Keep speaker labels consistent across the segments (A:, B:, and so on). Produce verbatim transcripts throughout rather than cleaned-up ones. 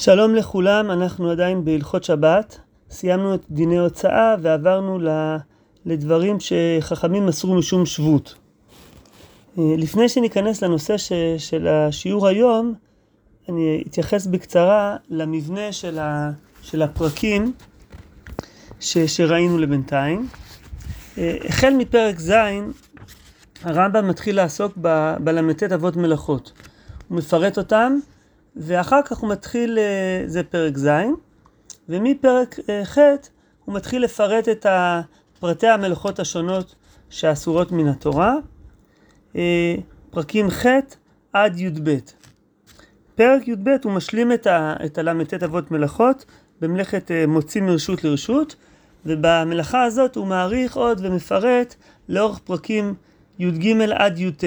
A: שלום לכולם, אנחנו עדיין בהלכות שבת, סיימנו את דיני הוצאה ועברנו לדברים שחכמים מסרו משום שבות. לפני שניכנס לנושא ש, של השיעור היום, אני אתייחס בקצרה למבנה של, ה, של הפרקים ש, שראינו לבינתיים. החל מפרק ז', הרמב"ם מתחיל לעסוק ב, בל"ט אבות מלאכות. הוא מפרט אותם, ואחר כך הוא מתחיל, זה פרק ז', ומפרק ח' הוא מתחיל לפרט את פרטי המלאכות השונות שאסורות מן התורה, פרקים ח' עד י"ב. פרק י"ב הוא משלים את הל"ט אבות מלאכות במלאכת מוציא מרשות לרשות, ובמלאכה הזאת הוא מעריך עוד ומפרט לאורך פרקים י"ג עד י"ט.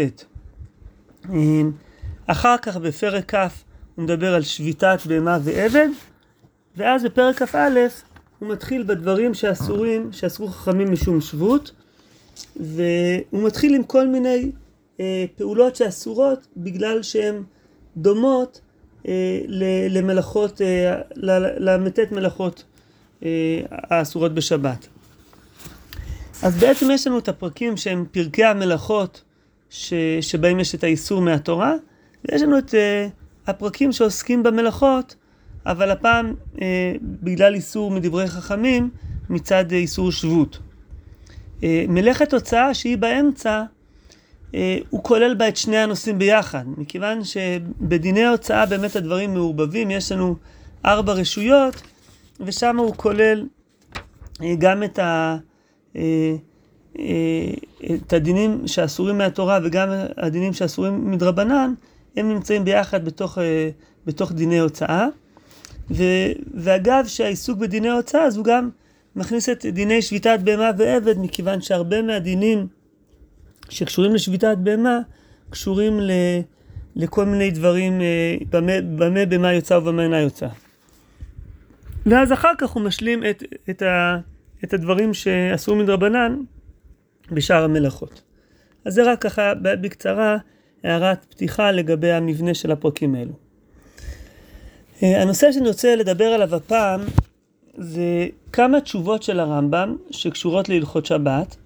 A: אחר כך בפרק כ' הוא מדבר על שביתת בהמה ועבד, ואז בפרק כ"א הוא מתחיל בדברים שאסורים, שאסרו חכמים משום שבות, והוא מתחיל עם כל מיני אה, פעולות שאסורות בגלל שהן דומות אה, למלאכות, אה, למתת מלאכות אה, האסורות בשבת. אז בעצם יש לנו את הפרקים שהם פרקי המלאכות ש, שבהם יש את האיסור מהתורה, ויש לנו את אה, הפרקים שעוסקים במלאכות, אבל הפעם אה, בגלל איסור מדברי חכמים מצד אה, איסור שבות. אה, מלאכת הוצאה שהיא באמצע, אה, הוא כולל בה את שני הנושאים ביחד, מכיוון שבדיני ההוצאה באמת הדברים מעורבבים, יש לנו ארבע רשויות, ושם הוא כולל אה, גם את, ה, אה, אה, את הדינים שאסורים מהתורה וגם הדינים שאסורים מדרבנן, הם נמצאים ביחד בתוך, בתוך דיני הוצאה. ו, ואגב שהעיסוק בדיני הוצאה, אז הוא גם מכניס את דיני שביתת בהמה ועבד, מכיוון שהרבה מהדינים שקשורים לשביתת בהמה, קשורים ל, לכל מיני דברים, במה, במה בהמה יוצאה ובמה אינה יוצאה. ואז אחר כך הוא משלים את, את, ה, את הדברים שאסור מדרבנן בשאר המלאכות. אז זה רק ככה בקצרה, הערת פתיחה לגבי המבנה של הפרקים האלו. הנושא שאני רוצה לדבר עליו הפעם זה כמה תשובות של הרמב"ם שקשורות להלכות שבת.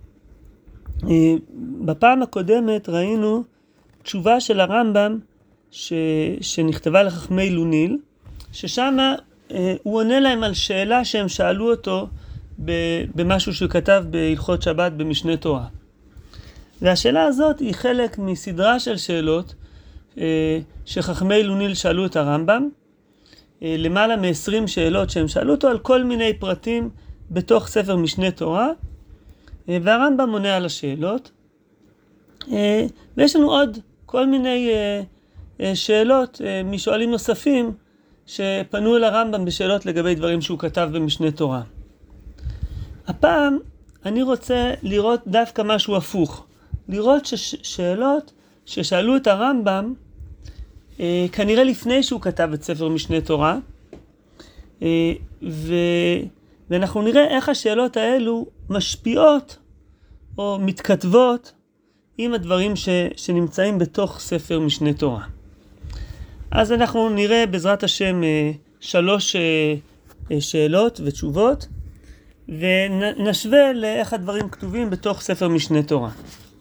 A: בפעם הקודמת ראינו תשובה של הרמב"ם ש... שנכתבה לחכמי לוניל, ששם הוא עונה להם על שאלה שהם שאלו אותו במשהו שהוא כתב בהלכות שבת במשנה תורה. והשאלה הזאת היא חלק מסדרה של שאלות אה, שחכמי לוניל שאלו את הרמב"ם, אה, למעלה מ-עשרים שאלות שהם שאלו אותו על כל מיני פרטים בתוך ספר משנה תורה, אה, והרמב"ם עונה על השאלות. אה, ויש לנו עוד כל מיני אה, אה, שאלות אה, משואלים נוספים שפנו אל הרמב"ם בשאלות לגבי דברים שהוא כתב במשנה תורה. הפעם אני רוצה לראות דווקא משהו הפוך. לראות ששאלות ששאלו את הרמב"ם, אה, כנראה לפני שהוא כתב את ספר משנה תורה, אה, ו... ואנחנו נראה איך השאלות האלו משפיעות או מתכתבות עם הדברים ש... שנמצאים בתוך ספר משנה תורה. אז אנחנו נראה בעזרת השם אה, שלוש אה, אה, שאלות ותשובות, ונשווה לאיך הדברים כתובים בתוך ספר משנה תורה.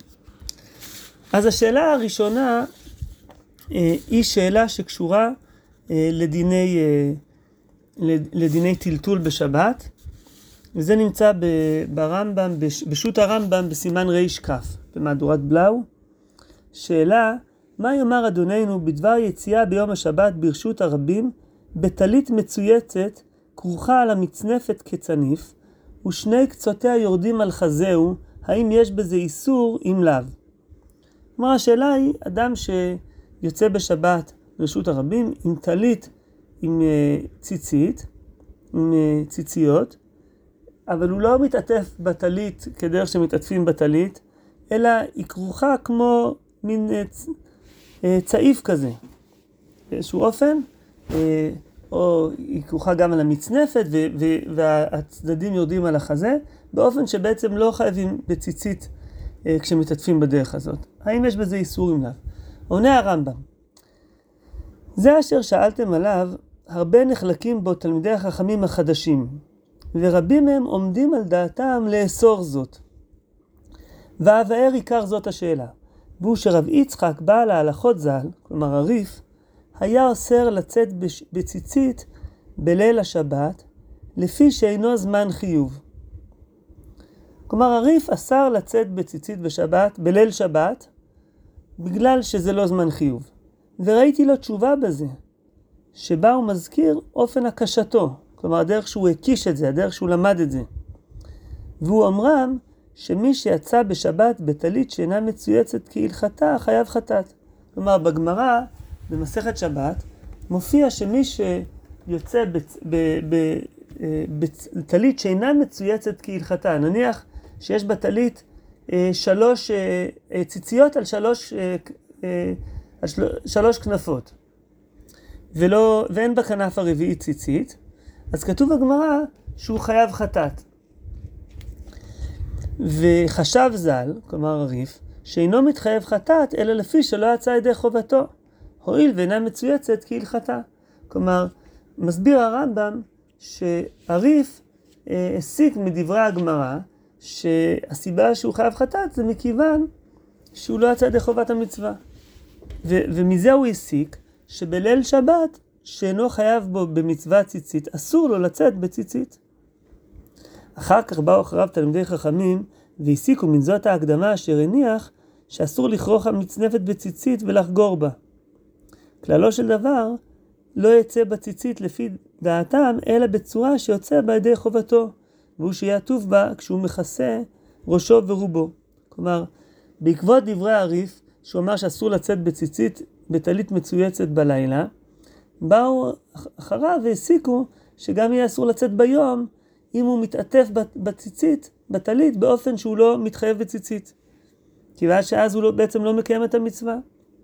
A: אז השאלה הראשונה אה, היא שאלה שקשורה אה, לדיני, אה, לדיני טלטול בשבת, וזה נמצא ב, ברמב"ם, בש, בשו"ת הרמב"ם בסימן ריש כף, במהדורת בלאו. שאלה, מה יאמר אדוננו בדבר יציאה ביום השבת ברשות הרבים, בטלית מצויצת, כרוכה על המצנפת כצניף, ושני קצותיה יורדים על חזהו, האם יש בזה איסור אם לאו? כלומר, השאלה היא, אדם שיוצא בשבת ברשות הרבים עם טלית, עם uh, ציצית, עם uh, ציציות, אבל הוא לא מתעטף בטלית כדרך שמתעטפים בטלית, אלא היא כרוכה כמו מין uh, צ, uh, צעיף כזה, באיזשהו אופן, uh, או היא כרוכה גם על המצנפת, ו- ו- והצדדים יורדים על החזה, באופן שבעצם לא חייבים בציצית uh, כשמתעטפים בדרך הזאת. האם יש בזה איסור אם לאו? עונה הרמב"ם, זה אשר שאלתם עליו, הרבה נחלקים בו תלמידי החכמים החדשים, ורבים מהם עומדים על דעתם לאסור זאת. והבאר עיקר זאת השאלה, והוא שרב יצחק בעל ההלכות ז"ל, כלומר הריף, היה אוסר לצאת בציצית בליל השבת, לפי שאינו זמן חיוב. כלומר הריף אסר לצאת בציצית בשבת, בליל שבת, בגלל שזה לא זמן חיוב. וראיתי לו תשובה בזה, שבה הוא מזכיר אופן הקשתו, כלומר הדרך שהוא הקיש את זה, הדרך שהוא למד את זה. והוא אמרם שמי שיצא בשבת בטלית שאינה מצויצת כהלכתה, חייב חטאת. כלומר בגמרא, במסכת שבת, מופיע שמי שיוצא בטלית שאינה מצויצת כהלכתה, נניח שיש בטלית אה, שלוש אה, ציציות על שלוש, אה, אה, על של, שלוש כנפות, ולא, ואין בכנף הרביעית ציצית, אז כתוב בגמרא שהוא חייב חטאת. וחשב ז"ל, כלומר הריף, שאינו מתחייב חטאת, אלא לפי שלא יצא ידי חובתו, הואיל ואינה מצויצת כהלכתה. כלומר, מסביר הרמב"ם שהריף אה, הסיק מדברי הגמרא, שהסיבה שהוא חייב חטאת זה מכיוון שהוא לא יצא ידי חובת המצווה. ו- ומזה הוא הסיק שבליל שבת, שאינו חייב בו במצווה ציצית, אסור לו לצאת בציצית. אחר כך באו אחריו תלמידי חכמים, והסיקו מן זאת ההקדמה אשר הניח, שאסור לכרוך המצנפת בציצית ולחגור בה. כללו של דבר, לא יצא בציצית לפי דעתם, אלא בצורה שיוצא בידי חובתו, והוא שיהיה עטוף בה כשהוא מכסה ראשו ורובו. כלומר, בעקבות דברי הריף, שהוא אמר שאסור לצאת בציצית בטלית מצויצת בלילה, באו אחריו והסיקו שגם יהיה אסור לצאת ביום, אם הוא מתעטף בציצית, בטלית, באופן שהוא לא מתחייב בציצית. כי ואז שאז הוא לא, בעצם לא מקיים את המצווה.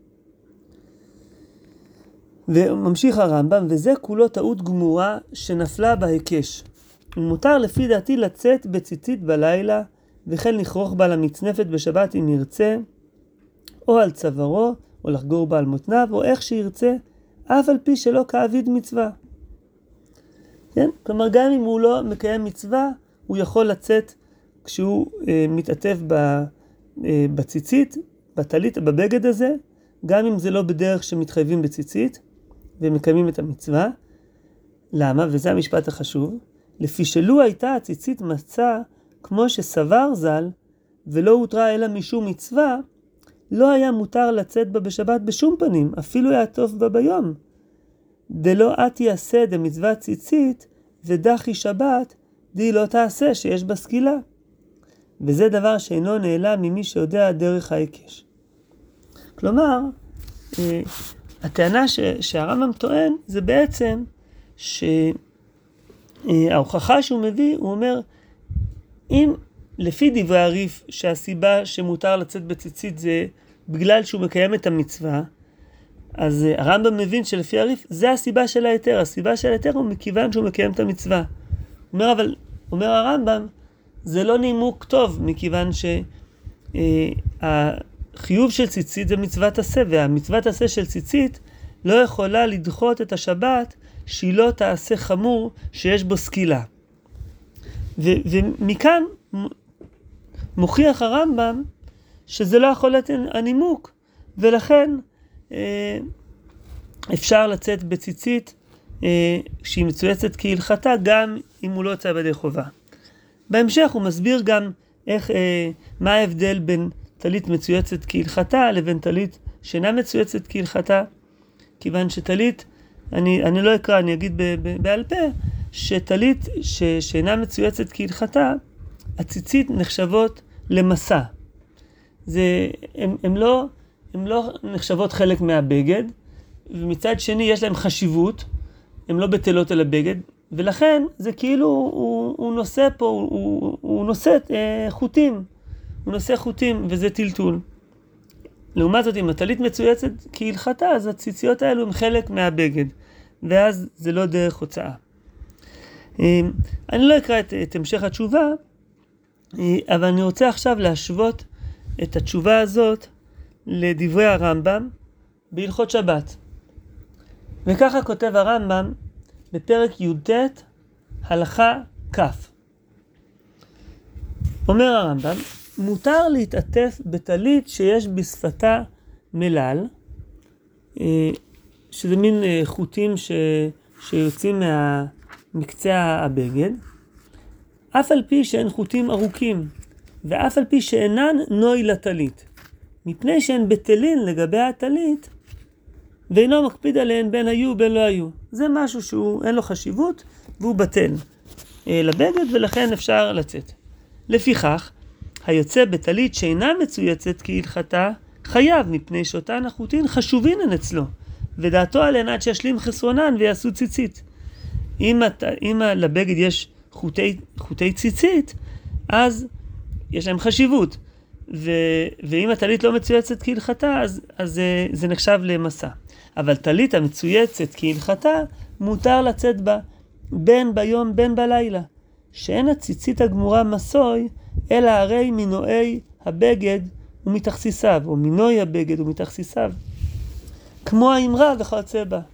A: וממשיך הרמב"ם, וזה כולו טעות גמורה שנפלה בהיקש. מותר לפי דעתי לצאת בציצית בלילה, וכן לכרוך בה למצנפת בשבת אם ירצה, או על צווארו, או לחגור בה על מותניו, או איך שירצה, אף על פי שלא כאביד מצווה. כן? כלומר, גם אם הוא לא מקיים מצווה, הוא יכול לצאת כשהוא אה, מתעטף ב, אה, בציצית, בטלית, בבגד הזה, גם אם זה לא בדרך שמתחייבים בציצית, ומקיימים את המצווה. למה? וזה המשפט החשוב. לפי שלו הייתה הציצית מצה, כמו שסבר ז"ל, ולא הותרה אלא משום מצווה, לא היה מותר לצאת בה בשבת בשום פנים, אפילו היה טוב בה ביום. דלא את יעשה דמצווה ציצית, ודחי שבת, די לא תעשה שיש בה סקילה. וזה דבר שאינו נעלם ממי שיודע דרך ההיקש. כלומר, הטענה שהרמב"ם טוען, זה בעצם שההוכחה שהוא מביא, הוא אומר, אם לפי דברי הריף שהסיבה שמותר לצאת בציצית זה בגלל שהוא מקיים את המצווה, אז הרמב"ם מבין שלפי הריף זה הסיבה של היתר. הסיבה של היתר הוא מכיוון שהוא מקיים את המצווה. אומר, אבל, אומר הרמב"ם, זה לא נימוק טוב, מכיוון שהחיוב של ציצית זה מצוות עשה, והמצוות עשה של ציצית לא יכולה לדחות את השבת שהיא לא תעשה חמור שיש בו סקילה. ו- ומכאן מוכיח הרמב"ם שזה לא יכול להיות הנימוק, ולכן אה, אפשר לצאת בציצית אה, שהיא מצויצת כהלכתה, גם אם הוא לא יוצא בידי חובה. בהמשך הוא מסביר גם איך, אה, מה ההבדל בין טלית מצויצת כהלכתה לבין טלית שאינה מצויצת כהלכתה, כיוון שטלית, אני, אני לא אקרא, אני אגיד ב, ב, בעל פה, שטלית ש, שאינה מצויצת כהלכתה, הציצית נחשבות למסע. זה, הם, הם, לא, הם לא נחשבות חלק מהבגד, ומצד שני יש להם חשיבות, הם לא בטלות על הבגד, ולכן זה כאילו הוא, הוא נושא פה, הוא, הוא נושא אה, חוטים, הוא נושא חוטים, וזה טלטול. לעומת זאת, אם הטלית מצויצת כהלכתה, אז הציציות האלו הם חלק מהבגד, ואז זה לא דרך הוצאה. אני לא אקרא את, את המשך התשובה, אבל אני רוצה עכשיו להשוות את התשובה הזאת לדברי הרמב"ם בהלכות שבת. וככה כותב הרמב"ם בפרק י"ט, הלכה כ'. אומר הרמב"ם, מותר להתעטף בטלית שיש בשפתה מלל, שזה מין חוטים ש... שיוצאים מה... מקצה הבגד, אף על פי שהן חוטים ארוכים, ואף על פי שאינן נוי לטלית, מפני שהן בטלין לגבי הטלית, ואינו מקפיד עליהן בין היו ובין לא היו. זה משהו שהוא אין לו חשיבות, והוא בטל לבגד, ולכן אפשר לצאת. לפיכך, היוצא בטלית שאינה מצויצת כהלכתה, חייב, מפני שאותן החוטין חשובינן אצלו, ודעתו עליהן עד שישלים חסרונן ויעשו ציצית. אם, אם לבגד יש חוטי, חוטי ציצית, אז יש להם חשיבות. ו, ואם הטלית לא מצויצת כהלכתה, אז, אז זה, זה נחשב למסע. אבל טלית המצויצת כהלכתה, מותר לצאת בה בין ביום בין בלילה. שאין הציצית הגמורה מסוי, אלא הרי מנועי הבגד ומתכסיסיו, או מנועי הבגד ומתכסיסיו. כמו האמרה וכיוצא בה.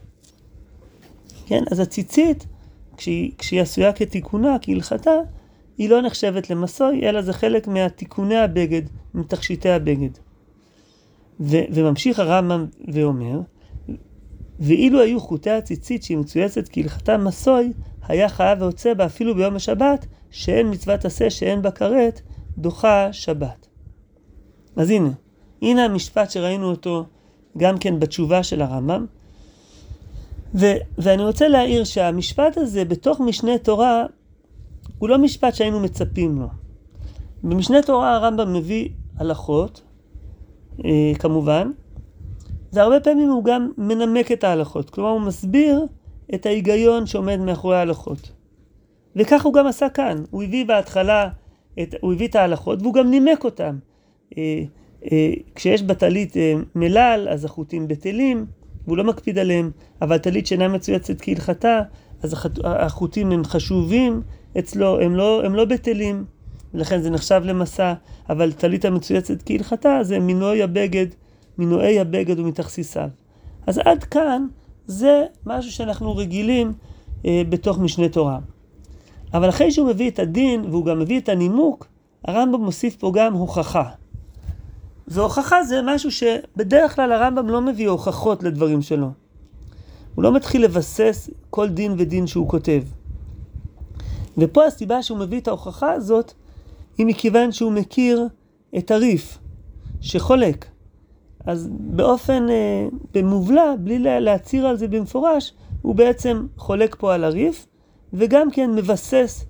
A: כן, אז הציצית, כשהיא, כשהיא עשויה כתיקונה, כהלכתה, היא לא נחשבת למסוי, אלא זה חלק מהתיקוני הבגד, מתכשיטי הבגד. ו, וממשיך הרמב"ם ואומר, ואילו היו חוטי הציצית שהיא מצויצת כהלכתה מסוי, היה חייב והוצא בה אפילו ביום השבת, שאין מצוות עשה שאין בה כרת, דוחה שבת. אז הנה, הנה המשפט שראינו אותו גם כן בתשובה של הרמב"ם, ו- ואני רוצה להעיר שהמשפט הזה בתוך משנה תורה, הוא לא משפט שהיינו מצפים לו. במשנה תורה הרמב"ם מביא הלכות, אה, כמובן, והרבה פעמים הוא גם מנמק את ההלכות, כלומר הוא מסביר את ההיגיון שעומד מאחורי ההלכות. וכך הוא גם עשה כאן, הוא הביא בהתחלה, את, הוא הביא את ההלכות והוא גם נימק אותם. אה, אה, כשיש בטלית אה, מלל, אז החוטים בטלים, והוא לא מקפיד עליהם, אבל טלית שאינה מצויצת כהלכתה, אז החוטים הם חשובים אצלו, הם לא, הם לא בטלים, ולכן זה נחשב למסע, אבל טלית המצויצת כהלכתה, זה מנועי הבגד, מנועי הבגד ומתכסיסיו. אז עד כאן, זה משהו שאנחנו רגילים אה, בתוך משנה תורה. אבל אחרי שהוא מביא את הדין, והוא גם מביא את הנימוק, הרמב"ם מוסיף פה גם הוכחה. והוכחה זה משהו שבדרך כלל הרמב"ם לא מביא הוכחות לדברים שלו. הוא לא מתחיל לבסס כל דין ודין שהוא כותב. ופה הסיבה שהוא מביא את ההוכחה הזאת, היא מכיוון שהוא מכיר את הריף שחולק. אז באופן, אה, במובלע, בלי להציר על זה במפורש, הוא בעצם חולק פה על הריף, וגם כן מבסס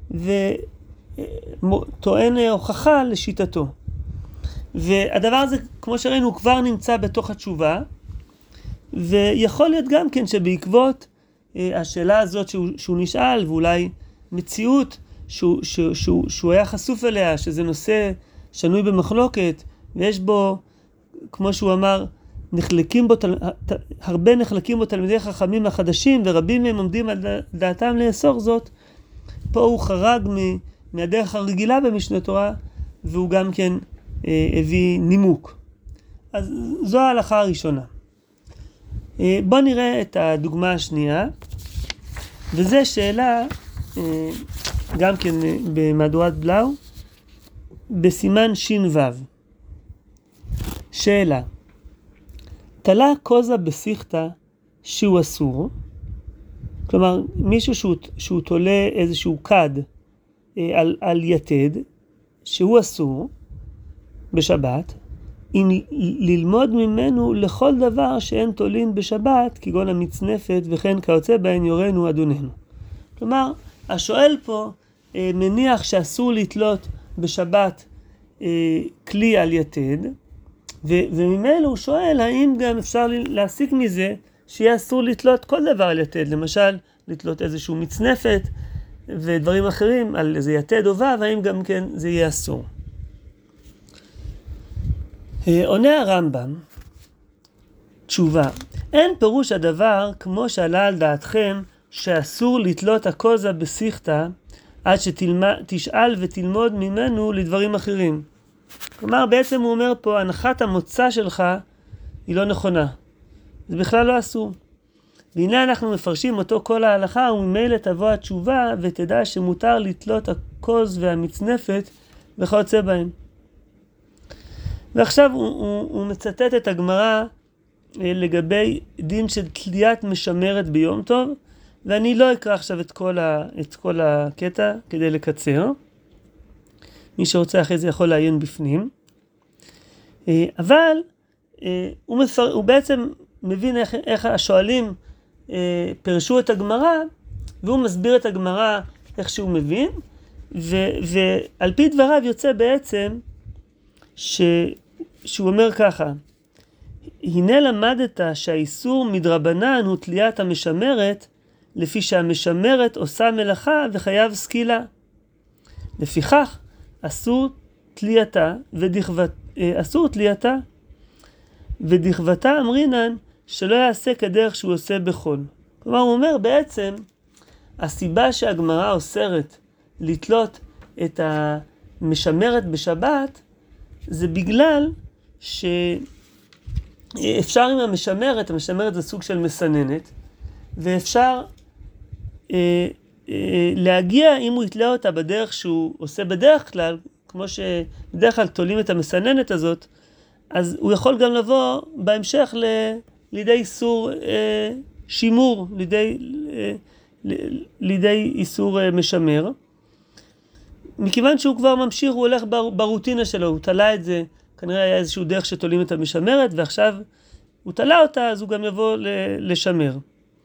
A: וטוען הוכחה לשיטתו. והדבר הזה, כמו שראינו, הוא כבר נמצא בתוך התשובה, ויכול להיות גם כן שבעקבות אה, השאלה הזאת שהוא, שהוא נשאל, ואולי מציאות שהוא, שהוא, שהוא, שהוא היה חשוף אליה, שזה נושא שנוי במחלוקת, ויש בו, כמו שהוא אמר, נחלקים בו, תל... הרבה נחלקים בו תלמידי חכמים החדשים, ורבים מהם עומדים על דעתם לאסור זאת. פה הוא חרג מ... מהדרך הרגילה במשנה תורה, והוא גם כן אה, הביא נימוק. אז זו ההלכה הראשונה. אה, בוא נראה את הדוגמה השנייה, וזה שאלה, אה, גם כן אה, במהדורת בלאו, בסימן שין וו. שאלה, תלה קוזה בשיחתה שהוא אסור, כלומר מישהו שהוא, שהוא תולה איזשהו קד אה, על, על יתד שהוא אסור בשבת, אם ללמוד ממנו לכל דבר שאין תולין בשבת, כגון המצנפת וכן כיוצא בהן יורנו אדוננו. כלומר, השואל פה אה, מניח שאסור לתלות בשבת אה, כלי על יתד, ו- וממילא הוא שואל האם גם אפשר להסיק מזה שיהיה אסור לתלות כל דבר על יתד, למשל לתלות איזשהו מצנפת ודברים אחרים על איזה יתד או וו, האם גם כן זה יהיה אסור. עונה הרמב"ם, תשובה, אין פירוש הדבר כמו שעלה על דעתכם שאסור לתלות הקוזה בשיחתה עד שתשאל ותלמוד ממנו לדברים אחרים. כלומר, בעצם הוא אומר פה, הנחת המוצא שלך היא לא נכונה. זה בכלל לא אסור. והנה אנחנו מפרשים אותו כל ההלכה, וממילא תבוא התשובה ותדע שמותר לתלות הכוז והמצנפת וכיוצא בהם. ועכשיו הוא, הוא, הוא מצטט את הגמרא לגבי דין של תליית משמרת ביום טוב, ואני לא אקרא עכשיו את כל, ה, את כל הקטע כדי לקצר. מי שרוצה אחרי זה יכול לעיין בפנים. אבל הוא, מפר, הוא בעצם מבין איך, איך השואלים פרשו את הגמרא, והוא מסביר את הגמרא איך שהוא מבין, ו, ועל פי דבריו יוצא בעצם ש, שהוא אומר ככה, הנה למדת שהאיסור מדרבנן הוא תליית המשמרת, לפי שהמשמרת עושה מלאכה וחייב סקילה. לפיכך אסור תלייתה ודכבת, אסור תלייתה ודכבתה אמרינן שלא יעשה כדרך שהוא עושה בחול. כלומר הוא אומר בעצם הסיבה שהגמרא אוסרת לתלות את המשמרת בשבת זה בגלל שאפשר עם המשמרת, המשמרת זה סוג של מסננת, ואפשר אה, אה, להגיע אם הוא יתלה אותה בדרך שהוא עושה בדרך כלל, כמו שבדרך כלל תולים את המסננת הזאת, אז הוא יכול גם לבוא בהמשך ל, לידי איסור אה, שימור, לידי, אה, לידי איסור אה, משמר. מכיוון שהוא כבר ממשיך, הוא הולך בר, ברוטינה שלו, הוא תלה את זה, כנראה היה איזשהו דרך שתולים את המשמרת, ועכשיו הוא תלה אותה, אז הוא גם יבוא ל, לשמר.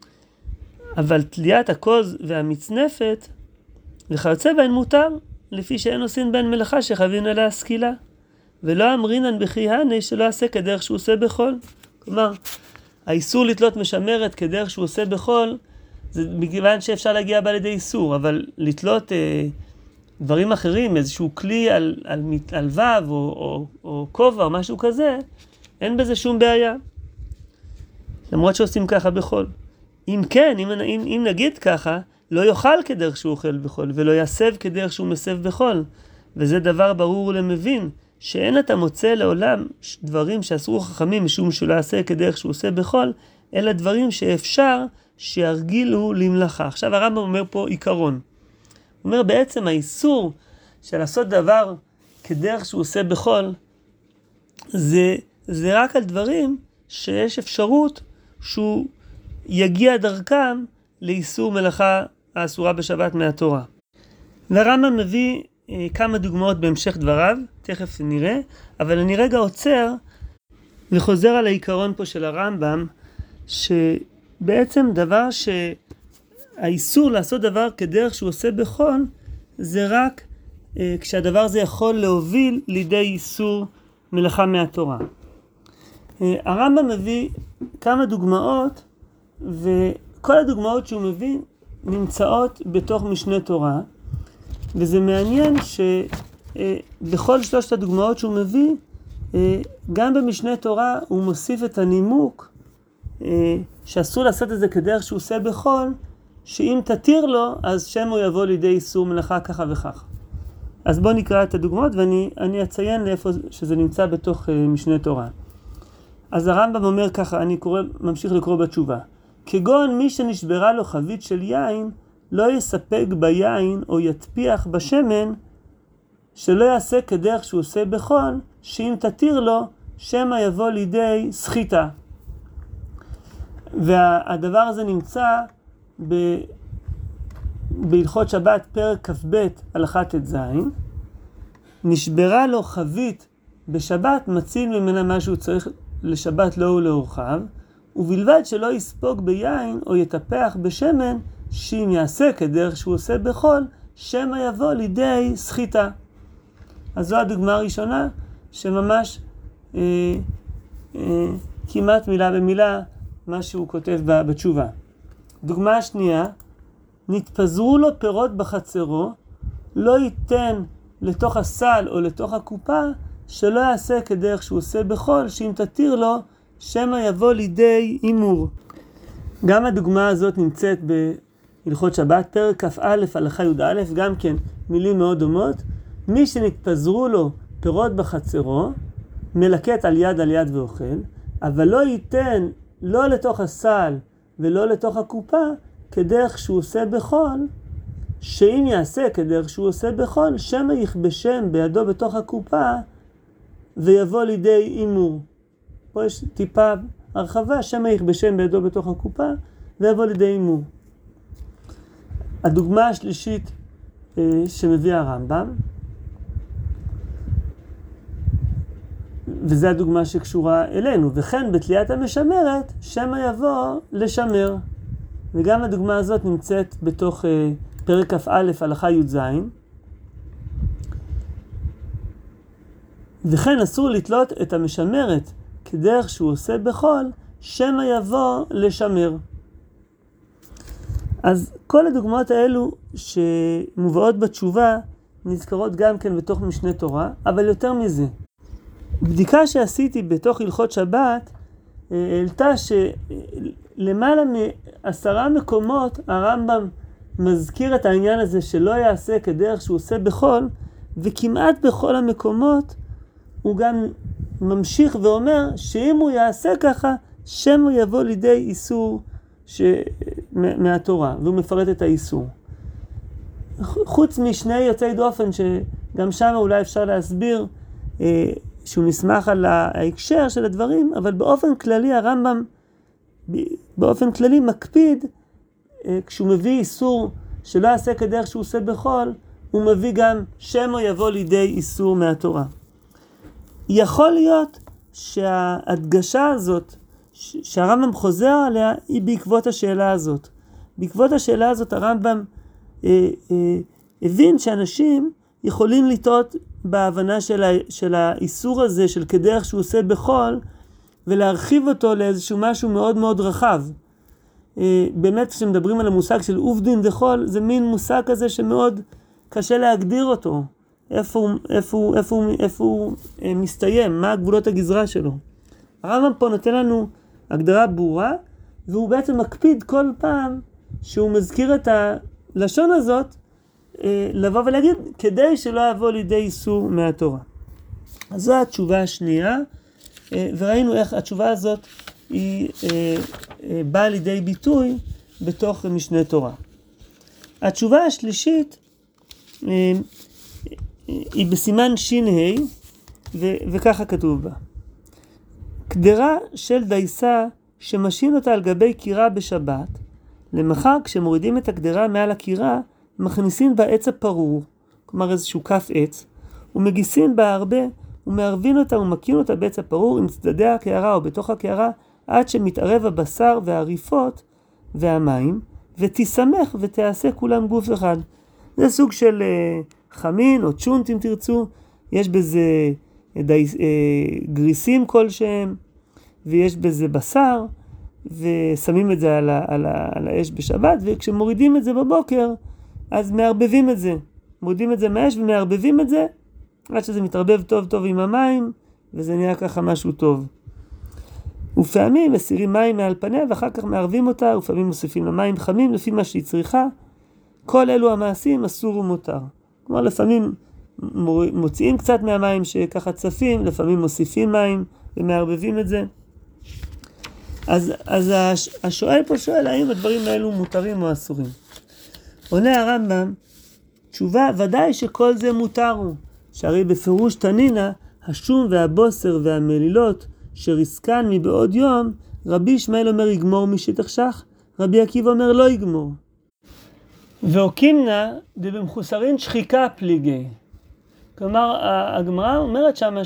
A: אבל תליית הכוז והמצנפת וכיוצא בהן מותר, לפי שאין עושים בהן מלאכה שחייבים עליה סקילה, ולא אמרינן בכי הנה שלא יעשה כדרך שהוא עושה בחול. כלומר, האיסור לתלות משמרת כדרך שהוא עושה בחול, זה מכיוון שאפשר להגיע בה לידי איסור, אבל לתלות אה, דברים אחרים, איזשהו כלי על, על, על וו או, או, או כובע או משהו כזה, אין בזה שום בעיה. למרות שעושים ככה בחול. אם כן, אם, אם, אם נגיד ככה, לא יאכל כדרך שהוא אוכל בחול, ולא יסב כדרך שהוא מסב בחול. וזה דבר ברור למבין, שאין אתה מוצא לעולם דברים שאסרו חכמים משום שהוא לא יעשה כדרך שהוא עושה בחול, אלא דברים שאפשר שירגילו למלאכה. עכשיו הרמב"ם אומר פה עיקרון. הוא אומר בעצם האיסור של לעשות דבר כדרך שהוא עושה בחול, זה, זה רק על דברים שיש אפשרות שהוא יגיע דרכם לאיסור מלאכה האסורה בשבת מהתורה. והרמב"ם מביא אה, כמה דוגמאות בהמשך דבריו, תכף נראה, אבל אני רגע עוצר וחוזר על העיקרון פה של הרמב"ם, שבעצם דבר שהאיסור לעשות דבר כדרך שהוא עושה בחול, זה רק אה, כשהדבר הזה יכול להוביל לידי איסור מלאכה מהתורה. אה, הרמב"ם מביא כמה דוגמאות, וכל הדוגמאות שהוא מביא נמצאות בתוך משנה תורה, וזה מעניין שבכל שלושת הדוגמאות שהוא מביא, גם במשנה תורה הוא מוסיף את הנימוק שאסור לעשות את זה כדרך שהוא עושה בחול, שאם תתיר לו אז שם הוא יבוא לידי איסור מלאכה ככה וכך. אז בואו נקרא את הדוגמאות ואני אני אציין לאיפה שזה נמצא בתוך משנה תורה. אז הרמב"ם אומר ככה, אני קורא, ממשיך לקרוא בתשובה. כגון מי שנשברה לו חבית של יין, לא יספק ביין או יתפיח בשמן, שלא יעשה כדרך שהוא עושה בחול, שאם תתיר לו, שמא יבוא לידי סחיטה. והדבר הזה נמצא ב... בהלכות שבת פרק כ"ב הלכה ט"ז. נשברה לו חבית בשבת, מציל ממנה מה שהוא צריך לשבת לו ולאורחיו, ובלבד שלא יספוג ביין או יטפח בשמן, שאם יעשה כדרך שהוא עושה בחול, שמא יבוא לידי סחיטה. אז זו הדוגמה הראשונה, שממש אה, אה, כמעט מילה במילה מה שהוא כותב בתשובה. דוגמה השנייה, נתפזרו לו פירות בחצרו, לא ייתן לתוך הסל או לתוך הקופה, שלא יעשה כדרך שהוא עושה בחול, שאם תתיר לו, שמא יבוא לידי אימור. גם הדוגמה הזאת נמצאת בהלכות שבת, פרק כ"א הלכה י"א, גם כן מילים מאוד דומות. מי שנתפזרו לו פירות בחצרו, מלקט על יד על יד ואוכל, אבל לא ייתן לא לתוך הסל ולא לתוך הקופה, כדרך שהוא עושה בחול, שאם יעשה כדרך שהוא עושה בחול, שמא יכבשם בידו בתוך הקופה, ויבוא לידי אימור. פה יש טיפה הרחבה, שמא יכבשם בידו בתוך הקופה, ויבוא לידי אימור. הדוגמה השלישית אה, שמביא הרמב"ם, וזו הדוגמה שקשורה אלינו, וכן בתליית המשמרת, שמא יבוא לשמר. וגם הדוגמה הזאת נמצאת בתוך אה, פרק כ"א הלכה י"ז. וכן אסור לתלות את המשמרת כדרך שהוא עושה בחול, שמא יבוא לשמר. אז כל הדוגמאות האלו שמובאות בתשובה נזכרות גם כן בתוך משנה תורה, אבל יותר מזה. בדיקה שעשיתי בתוך הלכות שבת העלתה שלמעלה מעשרה מקומות הרמב"ם מזכיר את העניין הזה שלא יעשה כדרך שהוא עושה בחול, וכמעט בכל המקומות הוא גם ממשיך ואומר שאם הוא יעשה ככה, שמא יבוא לידי איסור ש... מהתורה, והוא מפרט את האיסור. חוץ משני יוצאי דופן שגם שם אולי אפשר להסביר אה, שהוא נסמך על ההקשר של הדברים, אבל באופן כללי הרמב"ם באופן כללי מקפיד אה, כשהוא מביא איסור שלא יעשה כדרך שהוא עושה בחול, הוא מביא גם שמא יבוא לידי איסור מהתורה. יכול להיות שההדגשה הזאת שהרמב"ם חוזר עליה היא בעקבות השאלה הזאת. בעקבות השאלה הזאת הרמב"ם אה, אה, הבין שאנשים יכולים לטעות בהבנה של, ה, של האיסור הזה של כדרך שהוא עושה בחול, ולהרחיב אותו לאיזשהו משהו מאוד מאוד רחב. אה, באמת כשמדברים על המושג של עובדין דחול, זה מין מושג כזה שמאוד קשה להגדיר אותו. איפה, איפה, איפה, איפה הוא אה, מסתיים, מה הגבולות הגזרה שלו. הרמב"ם פה נותן לנו הגדרה ברורה, והוא בעצם מקפיד כל פעם שהוא מזכיר את הלשון הזאת, אה, לבוא ולהגיד, כדי שלא יבוא לידי איסור מהתורה. אז זו התשובה השנייה, אה, וראינו איך התשובה הזאת היא אה, אה, באה לידי ביטוי בתוך משנה תורה. התשובה השלישית אה, היא בסימן שין ה' ו- וככה כתוב בה. קדרה של דייסה שמשין אותה על גבי קירה בשבת, למחר כשמורידים את הקדרה מעל הקירה, מכניסים בה עץ הפרור, כלומר איזשהו כף עץ, ומגיסים בה הרבה, ומערבין אותה ומקין אותה בעץ הפרור עם צדדי הקערה או בתוך הקערה, עד שמתערב הבשר והריפות והמים, ותסמך ותעשה כולם גוף אחד. זה סוג של uh, חמין או צ'ונט אם תרצו, יש בזה די, uh, גריסים כלשהם, ויש בזה בשר, ושמים את זה על, ה, על, ה, על האש בשבת, וכשמורידים את זה בבוקר, אז מערבבים את זה. מורידים את זה מהאש ומערבבים את זה, עד שזה מתערבב טוב טוב עם המים, וזה נהיה ככה משהו טוב. ופעמים מסירים מים מעל פניה, ואחר כך מערבים אותה, ופעמים מוסיפים למים חמים, לפי מה שהיא צריכה. כל אלו המעשים אסור ומותר. כלומר, לפעמים מוציאים קצת מהמים שככה צפים, לפעמים מוסיפים מים ומערבבים את זה. אז, אז השואל פה שואל, האם הדברים האלו מותרים או אסורים? עונה הרמב"ם, תשובה, ודאי שכל זה מותר הוא. שהרי בפירוש תנינה, השום והבוסר והמלילות, שריסקן מבעוד יום, רבי ישמעאל אומר יגמור משתחשך, רבי עקיבא אומר לא יגמור. ואוקימנה דבמחוסרין שחיקה פליגי. כלומר, הגמרא אומרת שמה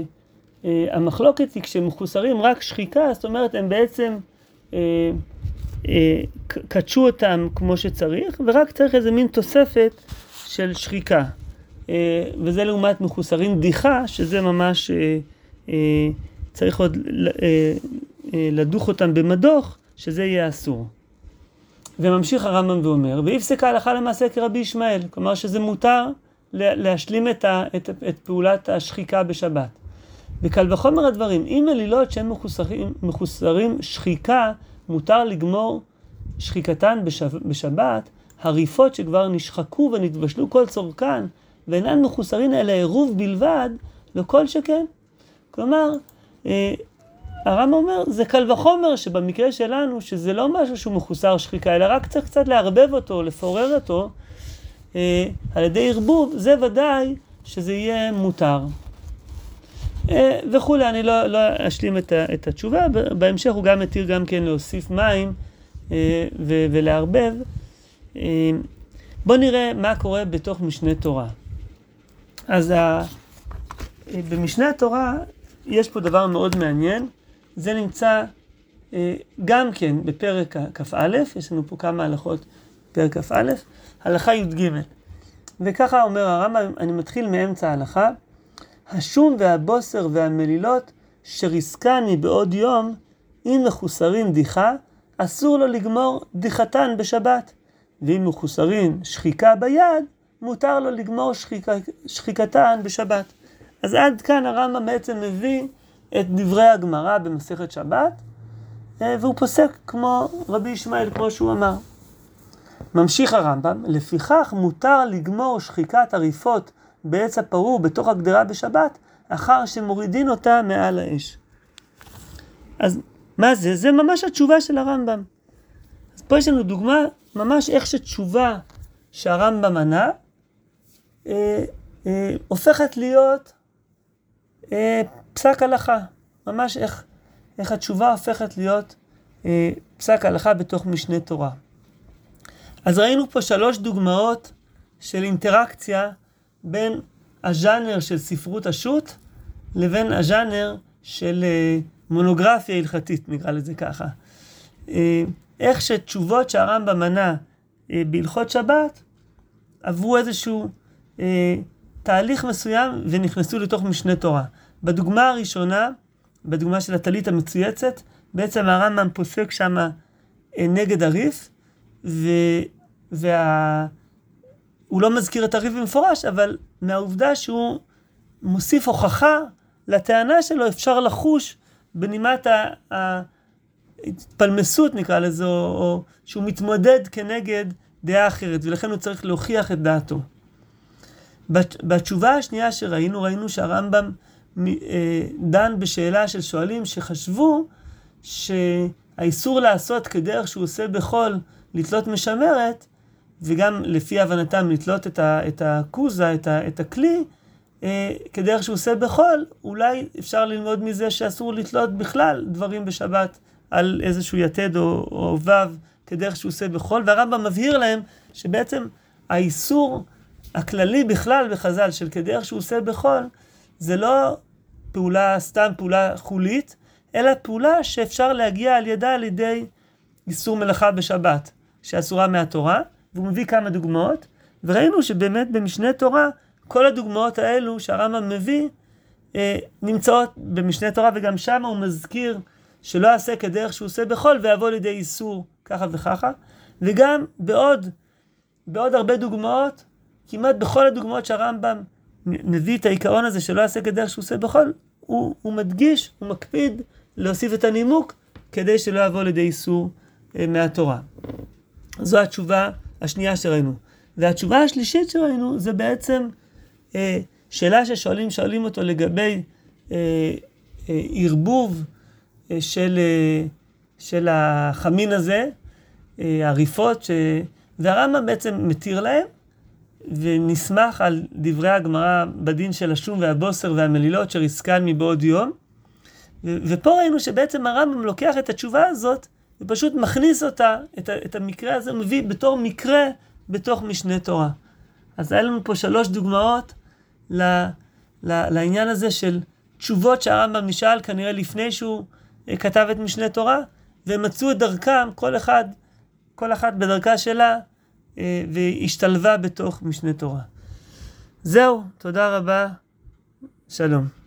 A: שהמחלוקת היא כשמחוסרים רק שחיקה, זאת אומרת הם בעצם אה, אה, קדשו אותם כמו שצריך, ורק צריך איזה מין תוספת של שחיקה. אה, וזה לעומת מחוסרים דיחה, שזה ממש אה, אה, צריך עוד אה, אה, לדוך אותם במדוך, שזה יהיה אסור. וממשיך הרמב"ם ואומר, והפסקה הלכה למעשה כרבי ישמעאל, כלומר שזה מותר להשלים את, ה, את, את פעולת השחיקה בשבת. וקל וחומר הדברים, אם מלילות שהם מחוסרים, מחוסרים שחיקה, מותר לגמור שחיקתן בשב, בשבת, הריפות שכבר נשחקו ונתבשלו כל צורכן, ואינן מחוסרים אלא עירוב בלבד, לא כל שכן. כלומר, אה, הרמב"ם אומר, זה קל וחומר שבמקרה שלנו, שזה לא משהו שהוא מחוסר שחיקה, אלא רק צריך קצת לערבב אותו, לפורר אותו, אה, על ידי ערבוב, זה ודאי שזה יהיה מותר. אה, וכולי, אני לא, לא אשלים את, ה, את התשובה, בהמשך הוא גם מתיר גם כן להוסיף מים אה, ו, ולערבב. אה, בואו נראה מה קורה בתוך משנה תורה. אז ה, במשנה התורה יש פה דבר מאוד מעניין, זה נמצא אה, גם כן בפרק כ"א, יש לנו פה כמה הלכות פרק כ"א, הלכה י"ג. וככה אומר הרמב"ם, אני מתחיל מאמצע ההלכה, השום והבוסר והמלילות שריסקני בעוד יום, אם מחוסרין דיחה, אסור לו לגמור דיחתן בשבת. ואם מחוסרין שחיקה ביד, מותר לו לגמור שחיקה, שחיקתן בשבת. אז עד כאן הרמב"ם בעצם מביא את דברי הגמרא במסכת שבת, והוא פוסק כמו רבי ישמעאל, כמו שהוא אמר. ממשיך הרמב"ם, לפיכך מותר לגמור שחיקת עריפות בעץ הפרור בתוך הגדרה בשבת, אחר שמורידין אותה מעל האש. אז מה זה? זה ממש התשובה של הרמב"ם. אז פה יש לנו דוגמה, ממש איך שתשובה שהרמב"ם ענה, אה, אה, הופכת להיות אה, פסק הלכה. ממש איך, איך התשובה הופכת להיות אה, פסק הלכה בתוך משנה תורה. אז ראינו פה שלוש דוגמאות של אינטראקציה בין הז'אנר של ספרות השו"ת לבין הז'אנר של אה, מונוגרפיה הלכתית, נקרא לזה ככה. אה, איך שתשובות שהרמב"ם מנה אה, בהלכות שבת עברו איזשהו אה, תהליך מסוים ונכנסו לתוך משנה תורה. בדוגמה הראשונה, בדוגמה של הטלית המצויצת, בעצם הרמב"ם פוסק שם אה, נגד הריף, ו... וה... הוא לא מזכיר את הריף במפורש, אבל מהעובדה שהוא מוסיף הוכחה לטענה שלו, אפשר לחוש בנימת ההתפלמסות, נקרא לזה, או שהוא מתמודד כנגד דעה אחרת, ולכן הוא צריך להוכיח את דעתו. בתשובה השנייה שראינו, ראינו שהרמב"ם דן בשאלה של שואלים שחשבו שהאיסור לעשות כדרך שהוא עושה בחול, לתלות משמרת, וגם לפי הבנתם לתלות את, ה, את הקוזה, את, ה, את הכלי, אה, כדרך שהוא עושה בחול, אולי אפשר ללמוד מזה שאסור לתלות בכלל דברים בשבת על איזשהו יתד או, או וו, כדרך שהוא עושה בחול, והרמב"ם מבהיר להם שבעצם האיסור הכללי בכלל בחז"ל של כדרך שהוא עושה בחול, זה לא פעולה, סתם פעולה חולית, אלא פעולה שאפשר להגיע על ידה על ידי איסור מלאכה בשבת, שאסורה מהתורה, והוא מביא כמה דוגמאות, וראינו שבאמת במשנה תורה, כל הדוגמאות האלו שהרמב"ם מביא, אה, נמצאות במשנה תורה, וגם שם הוא מזכיר שלא יעשה כדרך שהוא עושה בחול, ויבוא לידי איסור ככה וככה, וגם בעוד, בעוד הרבה דוגמאות, כמעט בכל הדוגמאות שהרמב"ם מביא את העיקרון הזה שלא יעשה כדרך שהוא עושה בחול, הוא, הוא מדגיש, הוא מקפיד להוסיף את הנימוק, כדי שלא יבוא לידי איסור אה, מהתורה. זו התשובה השנייה שראינו. והתשובה השלישית שראינו זה בעצם אה, שאלה ששואלים, שואלים אותו לגבי אה, אה, ערבוב אה, של, אה, של החמין הזה, אה, עריפות, ש... והרמב"ם בעצם מתיר להם, ונסמך על דברי הגמרא בדין של השום והבוסר והמלילות שריסקן מבעוד יום. ו... ופה ראינו שבעצם הרמב"ם לוקח את התשובה הזאת, ופשוט מכניס אותה, את, ה, את המקרה הזה, מביא בתור מקרה בתוך משנה תורה. אז היה לנו פה שלוש דוגמאות ל, ל, לעניין הזה של תשובות שהרמב"ם נשאל כנראה לפני שהוא כתב את משנה תורה, והם מצאו את דרכם, כל אחד, כל אחת בדרכה שלה, והשתלבה בתוך משנה תורה. זהו, תודה רבה, שלום.